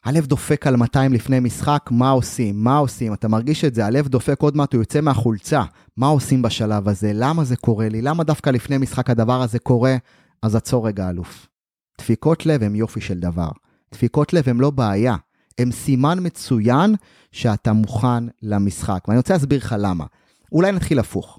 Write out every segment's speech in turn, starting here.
הלב דופק על 200 לפני משחק, מה עושים? מה עושים? אתה מרגיש את זה, הלב דופק עוד מעט, הוא יוצא מהחולצה. מה עושים בשלב הזה? למה זה קורה לי? למה דווקא לפני משחק הדבר הזה קורה? אז עצור רגע אלוף. דפיקות לב הם יופי של דבר. דפיקות לב הם לא בעיה. הם סימן מצוין שאתה מוכן למשחק. ואני רוצה להסביר לך למה. אולי נתחיל הפוך.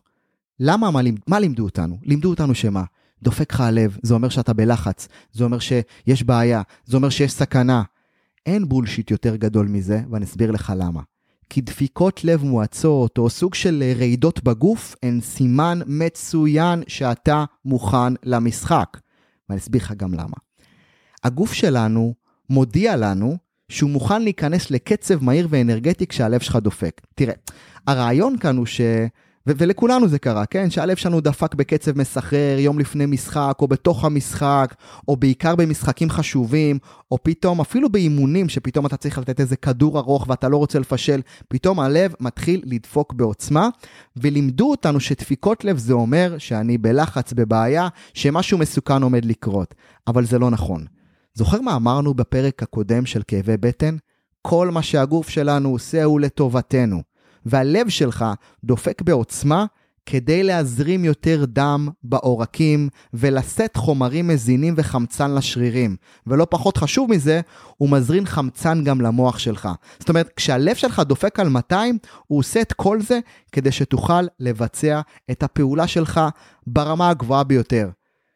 מה לימדו אותנו? לימדו אותנו שמה? דופק לך הלב, זה אומר שאתה בלחץ, זה אומר שיש בעיה, זה אומר שיש סכנה. אין בולשיט יותר גדול מזה, ואני אסביר לך למה. כי דפיקות לב מואצות, או סוג של רעידות בגוף, הן סימן מצוין שאתה מוכן למשחק. ואני אסביר לך גם למה. הגוף שלנו מודיע לנו שהוא מוכן להיכנס לקצב מהיר ואנרגטי כשהלב שלך דופק. תראה, הרעיון כאן הוא ולכולנו זה קרה, כן? שהלב שלנו דפק בקצב מסחרר, יום לפני משחק, או בתוך המשחק, או בעיקר במשחקים חשובים, או פתאום, אפילו באימונים, שפתאום אתה צריך לתת איזה כדור ארוך, ואתה לא רוצה לפשל, פתאום הלב מתחיל לדפוק בעוצמה, ולימדו אותנו שדפיקות לב זה אומר שאני בלחץ, בבעיה, שמשהו מסוכן עומד לקרות. אבל זה לא נכון. זוכר מה אמרנו בפרק הקודם של כאבי בטן? כל מה שהגוף שלנו עושה הוא לטובתנו. והלב שלך דופק בעוצמה כדי להזרים יותר דם בעורקים ולשאת חומרים מזינים וחמצן לשרירים. ולא פחות חשוב מזה, הוא מזרים חמצן גם למוח שלך. זאת אומרת, כשהלב שלך דופק על 200, הוא עושה את כל זה כדי שתוכל לבצע את הפעולה שלך ברמה הגבוהה ביותר.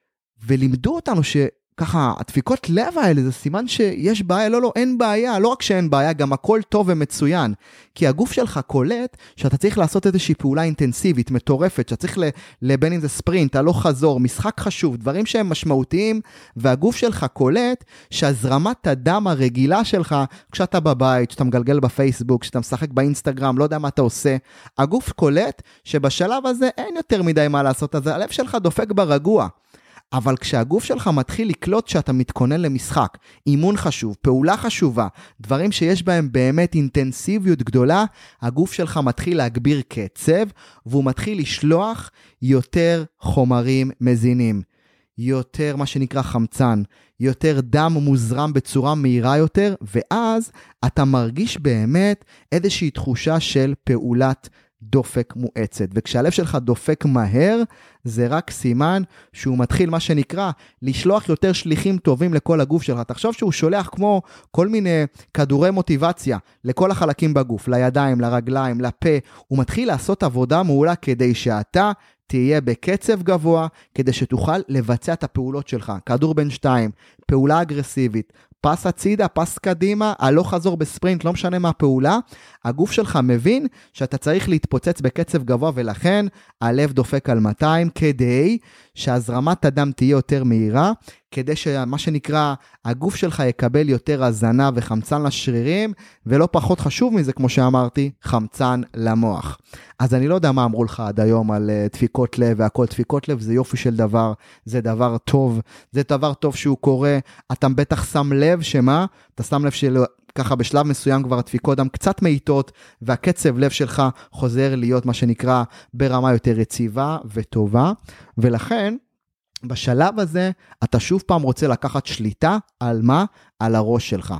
ולימדו אותנו ככה, הדפיקות לב האלה זה סימן שיש בעיה, לא, אין בעיה, לא רק שאין בעיה, גם הכל טוב ומצוין, כי הגוף שלך קולט שאתה צריך לעשות איזושהי פעולה אינטנסיבית, מטורפת, שאתה צריך לבין אם זה ספרינט, הלוך חזור, משחק חשוב, דברים שהם משמעותיים, והגוף שלך קולט שהזרמת הדם הרגילה שלך, כשאתה בבית, כשאתה מגלגל בפייסבוק, כשאתה משחק באינסטגרם, לא יודע מה אתה עושה, הגוף קולט שבשלב הזה אין יותר מדי מה לעשות, אז הלב שלך דופק ברגוע. אבל כשהגוף שלך מתחיל לקלוט שאתה מתכונן למשחק, אימון חשוב, פעולה חשובה, דברים שיש בהם באמת אינטנסיביות גדולה, הגוף שלך מתחיל להגביר קצב, והוא מתחיל לשלוח יותר חומרים מזינים, יותר מה שנקרא חמצן, יותר דם מוזרם בצורה מהירה יותר, ואז אתה מרגיש באמת איזושהי תחושה של פעולת דופק מואצת, וכשהלב שלך דופק מהר, זה רק סימן שהוא מתחיל מה שנקרא, לשלוח יותר שליחים טובים לכל הגוף שלך. תחשוב שהוא שולח כמו כל מיני כדורי מוטיבציה, לכל החלקים בגוף, לידיים, לרגליים, לפה, הוא מתחיל לעשות עבודה מעולה כדי שאתה תהיה בקצב גבוה, כדי שתוכל לבצע את הפעולות שלך. כדור בין 2, פעולה אגרסיבית, פס הצידה, פס קדימה, הלוך חזור בספרינט, לא משנה מה הפעולה, הגוף שלך מבין שאתה צריך להתפוצץ בקצב גבוה, ולכן הלב דופק על 200, כדי שהזרמת הדם תהיה יותר מהירה, כדי שמה שנקרא, הגוף שלך יקבל יותר הזנה וחמצן לשרירים, ולא פחות חשוב מזה, כמו שאמרתי, חמצן למוח. אז אני לא יודע מה אמרו לך עד היום על דפיקות לב, והכל דפיקות לב זה יופי של דבר, זה דבר טוב, זה דבר טוב שהוא קורה, אתה בטח שם לב שמה, אתה שם לב ככה בשלב מסוים כבר הדפיקות דם קצת מאיטות, והקצב לב שלך חוזר להיות מה שנקרא ברמה יותר יציבה וטובה, ולכן בשלב הזה אתה שוב פעם רוצה לקחת שליטה על מה? על הראש שלך.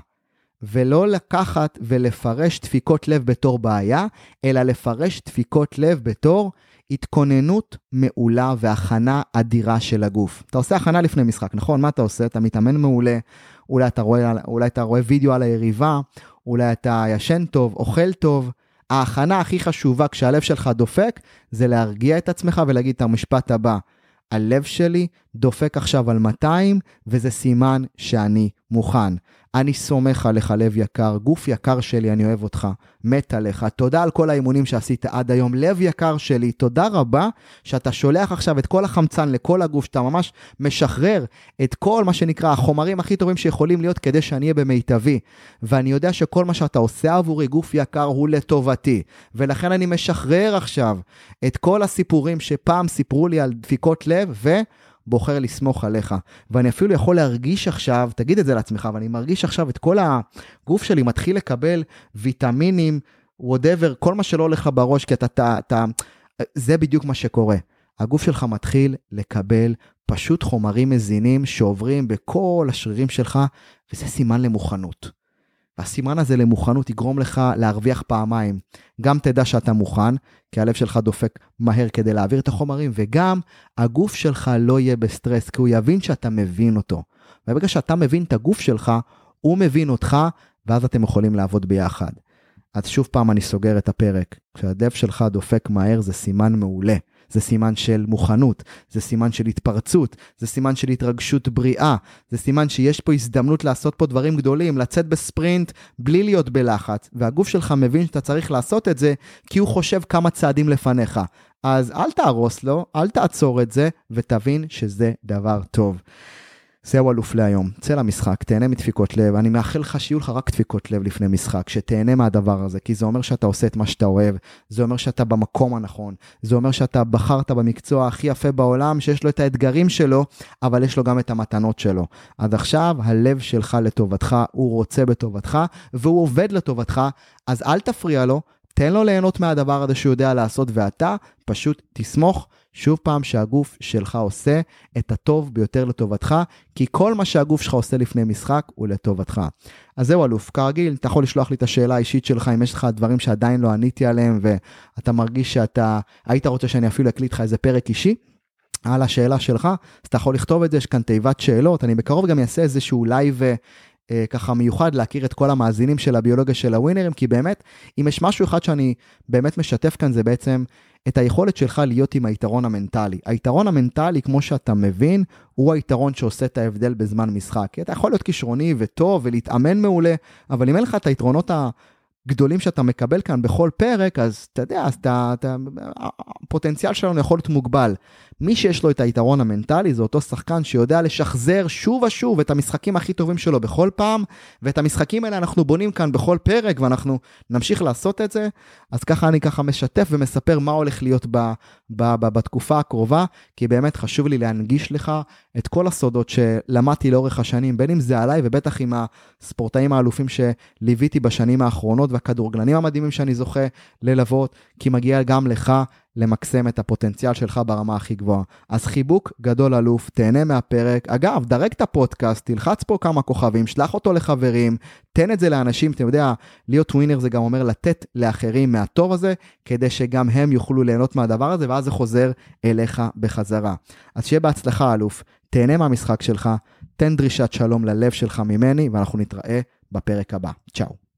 ולא לקחת ולפרש דפיקות לב בתור בעיה, אלא לפרש דפיקות לב בתור התכוננות מעולה והכנה אדירה של הגוף. אתה עושה הכנה לפני משחק, נכון? מה אתה עושה? אתה מתאמן מעולה, אולי אתה רואה וידאו על היריבה, אולי אתה ישן טוב, אוכל טוב. ההכנה הכי חשובה כשהלב שלך דופק, זה להרגיע את עצמך ולהגיד את המשפט הבא. הלב שלי דופק עכשיו על 200, וזה סימן שאני מוכן. אני סומך עליך לב יקר, גוף יקר שלי, אני אוהב אותך, מת עליך. תודה על כל האימונים שעשית עד היום, לב יקר שלי, תודה רבה שאתה שולח עכשיו את כל החמצן לכל הגוף, שאתה ממש משחרר את כל מה שנקרא החומרים הכי טובים שיכולים להיות כדי שאני אהיה במיטבי. ואני יודע שכל מה שאתה עושה עבורי גוף יקר הוא לטובתי, ולכן אני משחרר עכשיו את כל הסיפורים שפעם סיפרו לי על דפיקות לב, בוחר לסמוך עליך, ואני אפילו יכול להרגיש עכשיו, תגיד את זה לעצמך, ואני מרגיש עכשיו את כל הגוף שלי מתחיל לקבל ויטמינים, whatever, כל מה שלא הולך בראש, כי זה בדיוק מה שקורה. הגוף שלך מתחיל לקבל פשוט חומרים מזינים שעוברים בכל השרירים שלך, וזה סימן למוכנות. והסימן הזה למוכנות יגרום לך להרוויח פעמיים. גם תדע שאתה מוכן, כי הלב שלך דופק מהר כדי להעביר את החומרים, וגם הגוף שלך לא יהיה בסטרס, כי הוא יבין שאתה מבין אותו. וברגע שאתה מבין את הגוף שלך, הוא מבין אותך, ואז אתם יכולים לעבוד ביחד. אז שוב פעם אני סוגר את הפרק. כשהלב שלך דופק מהר זה סימן מעולה. זה סימן של מוכנות, זה סימן של התפרצות, זה סימן של התרגשות בריאה, זה סימן שיש פה הזדמנות לעשות פה דברים גדולים, לצאת בספרינט בלי להיות בלחץ, והגוף שלך מבין שאתה צריך לעשות את זה, כי הוא חושב כמה צעדים לפניך. אז אל תהרוס לו, אל תעצור את זה, ותבין שזה דבר טוב. זהו אלוף להיום, צא למשחק, תהנה מדפיקות לב, אני מאחל לך שיהיו לך רק דפיקות לב לפני משחק, שתהנה מהדבר הזה, כי זה אומר שאתה עושה את מה שאתה אוהב, זה אומר שאתה במקום הנכון, זה אומר שאתה בחרת במקצוע הכי יפה בעולם, שיש לו את האתגרים שלו, אבל יש לו גם את המתנות שלו. עד עכשיו, הלב שלך לטובתך, הוא רוצה בטובתך, והוא עובד לטובתך, אז אל תפריע לו, תן לו ליהנות מהדבר הזה שהוא יודע לעשות, ואתה פשוט תסמוך שוב פעם שהגוף שלך עושה את הטוב ביותר לטובתך, כי כל מה שהגוף שלך עושה לפני משחק הוא לטובתך. אז זהו אלוף, כרגיל, אתה יכול לשלוח לי את השאלה האישית שלך, אם יש לך דברים שעדיין לא עניתי עליהם, ואתה מרגיש שאתה היית רוצה שאני אפילו אקליט לך איזה פרק אישי, על השאלה שלך, אז אתה יכול לכתוב את זה, יש כאן תיבת שאלות, אני בקרוב גם אעשה איזשהו לייב ככה מיוחד להכיר את כל המאזינים של הביולוגיה של הווינרים, כי באמת, אם יש משהו אחד שאני באמת משתף כאן, זה בעצם את היכולת שלך להיות עם היתרון המנטלי. היתרון המנטלי, כמו שאתה מבין, הוא היתרון שעושה את ההבדל בזמן משחק. כי אתה יכול להיות כישרוני וטוב ולהתאמן מעולה, אבל אם אין לך את היתרונות גדולים שאתה מקבל כאן בכל פרק, אז אתה יודע, הפוטנציאל שלנו יכול להיות מוגבל. מי שיש לו את היתרון המנטלי, זה אותו שחקן שיודע לשחזר שוב ושוב את המשחקים הכי טובים שלו בכל פעם, ואת המשחקים האלה אנחנו בונים כאן בכל פרק, ואנחנו נמשיך לעשות את זה. אז ככה אני ככה משתף ומספר מה הולך להיות בתקופה הקרובה, כי באמת חשוב לי להנגיש לך את כל הסודות שלמדתי לאורך השנים, בין אם זה עליי ובטח עם הספורטאים האלופים שליוויתי בשנים האחרונות, והכדורגלנים המדהימים שאני זוכה ללוות, כי מגיע גם לך למקסם את הפוטנציאל שלך ברמה הכי גבוהה. אז חיבוק גדול אלוף, תהנה מהפרק. אגב, דרג את הפודקאסט, תלחץ פה כמה כוכבים, שלח אותו לחברים, תן את זה לאנשים, אתה יודע, להיות ווינר זה גם אומר לתת לאחרים מהטוב הזה, כדי שגם הם יוכלו ליהנות מהדבר הזה, ואז זה חוזר אליך בחזרה. אז שיהיה בהצלחה אלוף, תהנה מהמשחק שלך, תן דרישת שלום ללב שלך ממני, ואנחנו נתראה בפרק הבא. צ'או.